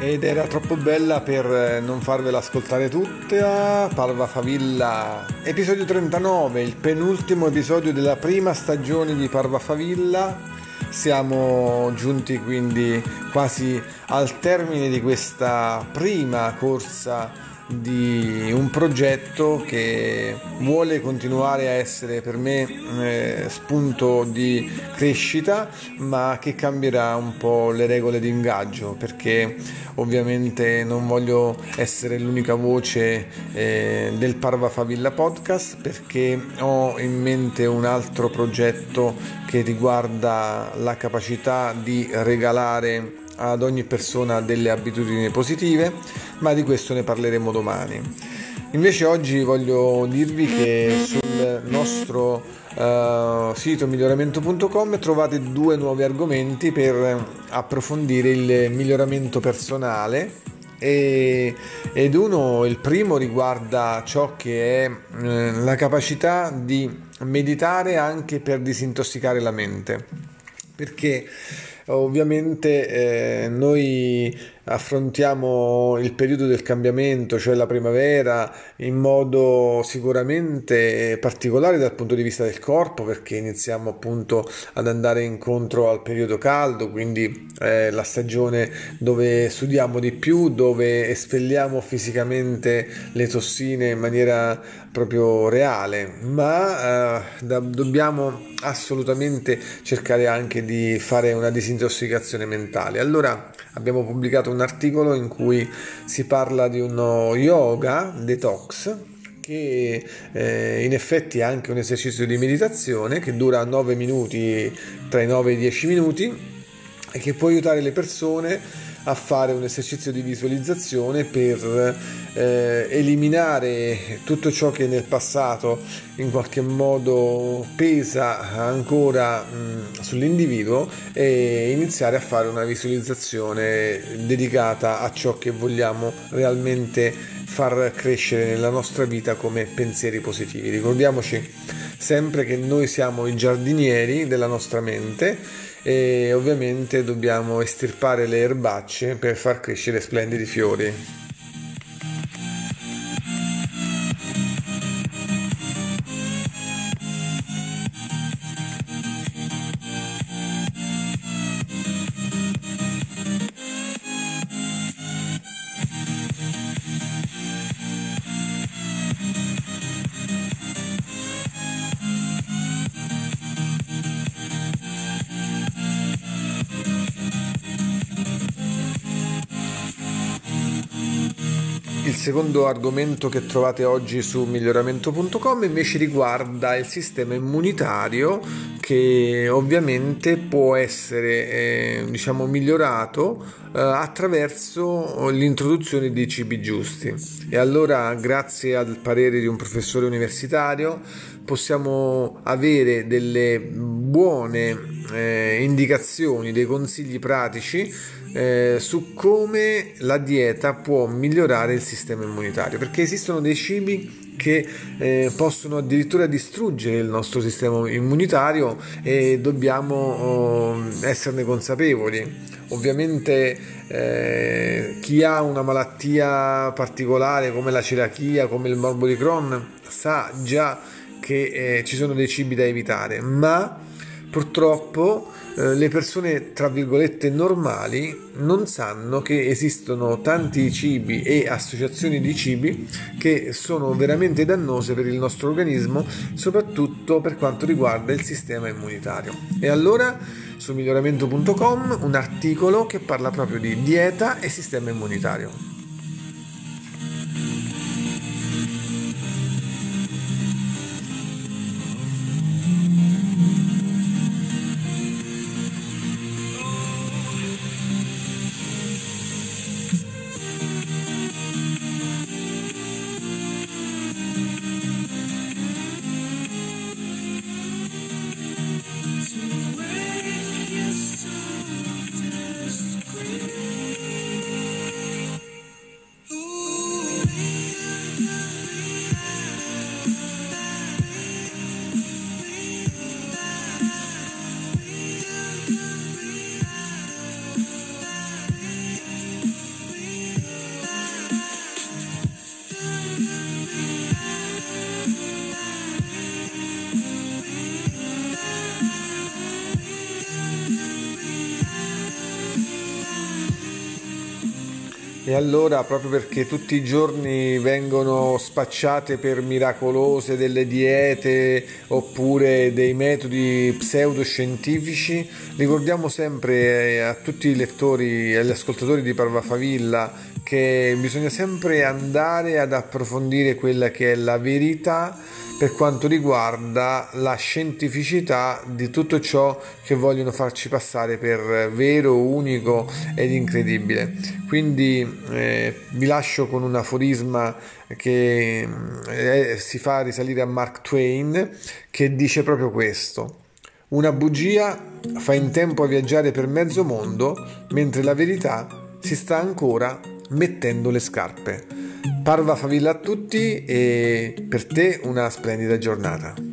ed era troppo bella per non farvela ascoltare tutta. Parva Favilla, episodio 39, il penultimo episodio della prima stagione di Parva Favilla. Siamo giunti quindi quasi al termine di questa prima corsa di un progetto che vuole continuare a essere per me spunto di crescita, ma che cambierà un po' le regole di ingaggio, perché ovviamente non voglio essere l'unica voce del Parva Favilla podcast, perché ho in mente un altro progetto che riguarda la capacità di regalare ad ogni persona delle abitudini positive, ma di questo ne parleremo domani. Invece oggi voglio dirvi che sul nostro sito miglioramento.com trovate due nuovi argomenti per approfondire il miglioramento personale ed il primo riguarda ciò che è la capacità di meditare anche per disintossicare la mente, perché ovviamente noi affrontiamo il periodo del cambiamento, cioè la primavera, in modo sicuramente particolare dal punto di vista del corpo, perché iniziamo appunto ad andare incontro al periodo caldo, quindi la stagione dove sudiamo di più, dove espelliamo fisicamente le tossine in maniera proprio reale, ma dobbiamo assolutamente cercare anche di fare una disintossicazione mentale. Allora abbiamo pubblicato un articolo in cui si parla di uno yoga detox, che in effetti è anche un esercizio di meditazione che dura 9 minuti, tra i 9 e i 10 minuti, e che può aiutare le persone a fare un esercizio di visualizzazione per eliminare tutto ciò che nel passato in qualche modo pesa ancora sull'individuo, e iniziare a fare una visualizzazione dedicata a ciò che vogliamo realmente far crescere nella nostra vita come pensieri positivi. Ricordiamoci sempre che noi siamo i giardinieri della nostra mente e ovviamente dobbiamo estirpare le erbacce per far crescere splendidi fiori. Il secondo argomento che trovate oggi su miglioramento.com invece riguarda il sistema immunitario, che ovviamente può essere migliorato attraverso l'introduzione di cibi giusti. E allora, grazie al parere di un professore universitario, possiamo avere delle buone indicazioni, dei consigli pratici su come la dieta può migliorare il sistema immunitario, perché esistono dei cibi che possono addirittura distruggere il nostro sistema immunitario e dobbiamo esserne consapevoli. Ovviamente chi ha una malattia particolare come la celiachia, come il morbo di Crohn, sa già che ci sono dei cibi da evitare, ma purtroppo le persone tra virgolette normali non sanno che esistono tanti cibi e associazioni di cibi che sono veramente dannose per il nostro organismo, soprattutto per quanto riguarda il sistema immunitario. E allora su miglioramento.com un articolo che parla proprio di dieta e sistema immunitario. E allora, proprio perché tutti i giorni vengono spacciate per miracolose delle diete oppure dei metodi pseudoscientifici, ricordiamo sempre a tutti i lettori e agli ascoltatori di Parva Favilla che bisogna sempre andare ad approfondire quella che è la verità per quanto riguarda la scientificità di tutto ciò che vogliono farci passare per vero, unico ed incredibile. Quindi vi lascio con un aforisma che si fa risalire a Mark Twain, che dice proprio questo: una bugia fa in tempo a viaggiare per mezzo mondo, mentre la verità si sta ancora mettendo le scarpe. Parva favilla a tutti e per te una splendida giornata.